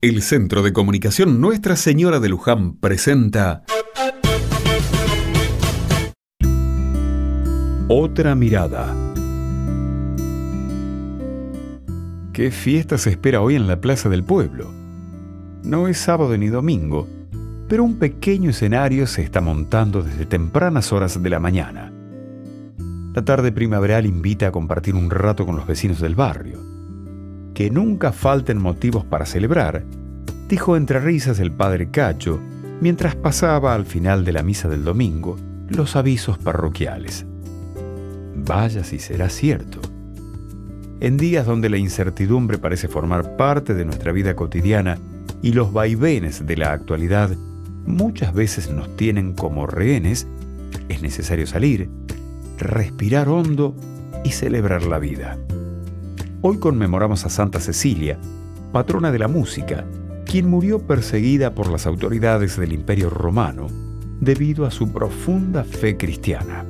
El Centro de Comunicación Nuestra Señora de Luján presenta Otra Mirada. ¿Qué fiesta se espera hoy en la Plaza del Pueblo? No es sábado ni domingo, pero un pequeño escenario se está montando desde tempranas horas de la mañana. La tarde primaveral invita a compartir un rato con los vecinos del barrio. Que nunca falten motivos para celebrar, dijo entre risas el padre Cacho mientras pasaba al final de la misa del domingo los avisos parroquiales. Vaya si será cierto. En días donde la incertidumbre parece formar parte de nuestra vida cotidiana y los vaivenes de la actualidad muchas veces nos tienen como rehenes, es necesario salir, respirar hondo y celebrar la vida. Hoy conmemoramos a Santa Cecilia, patrona de la música, quien murió perseguida por las autoridades del Imperio Romano debido a su profunda fe cristiana.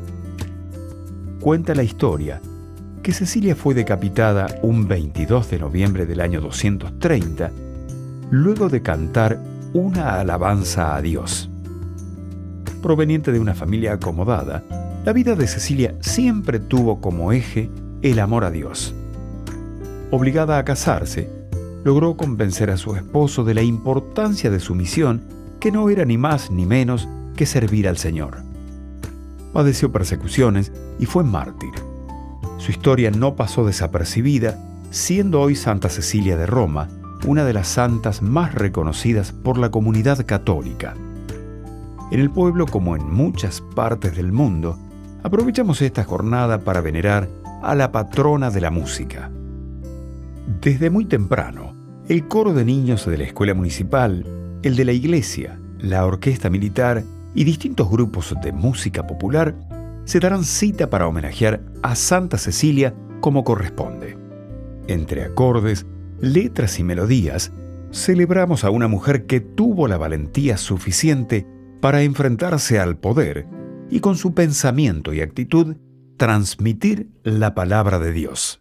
Cuenta la historia que Cecilia fue decapitada un 22 de noviembre del año 230, luego de cantar una alabanza a Dios. Proveniente de una familia acomodada, la vida de Cecilia siempre tuvo como eje el amor a Dios. Obligada a casarse, logró convencer a su esposo de la importancia de su misión, que no era ni más ni menos que servir al Señor. Padeció persecuciones y fue mártir. Su historia no pasó desapercibida, siendo hoy Santa Cecilia de Roma una de las santas más reconocidas por la comunidad católica. En el pueblo, como en muchas partes del mundo, aprovechamos esta jornada para venerar a la patrona de la música. Desde muy temprano, el coro de niños de la escuela municipal, el de la iglesia, la orquesta militar y distintos grupos de música popular se darán cita para homenajear a Santa Cecilia como corresponde. Entre acordes, letras y melodías, celebramos a una mujer que tuvo la valentía suficiente para enfrentarse al poder y con su pensamiento y actitud transmitir la palabra de Dios.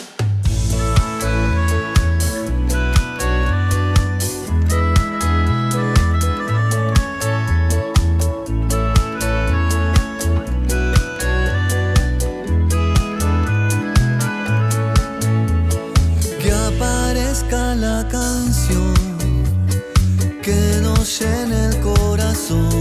La canción que nos llene el corazón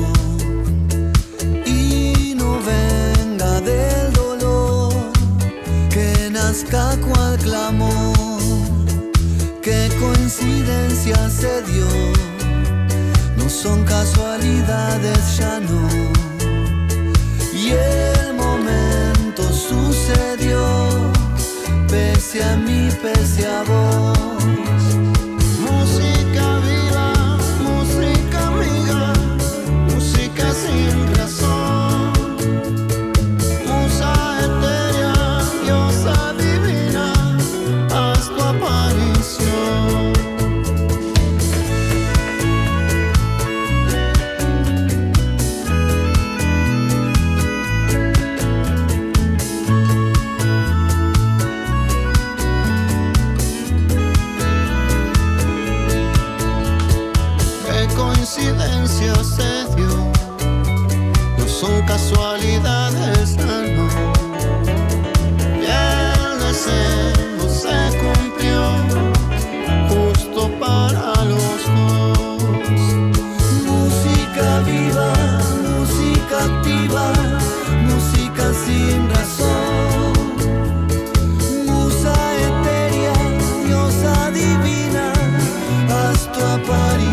y no venga del dolor, que nazca cual clamor, qué coincidencia se dio, no son casualidades, ya no, y el momento sucedió, pese a mí, pese a vos. Coincidencia se dio, no son casualidades, no. Y el deseo se cumplió justo para los dos. Música viva, música activa, música sin razón. Musa etérea, diosa divina, haz tu aparición.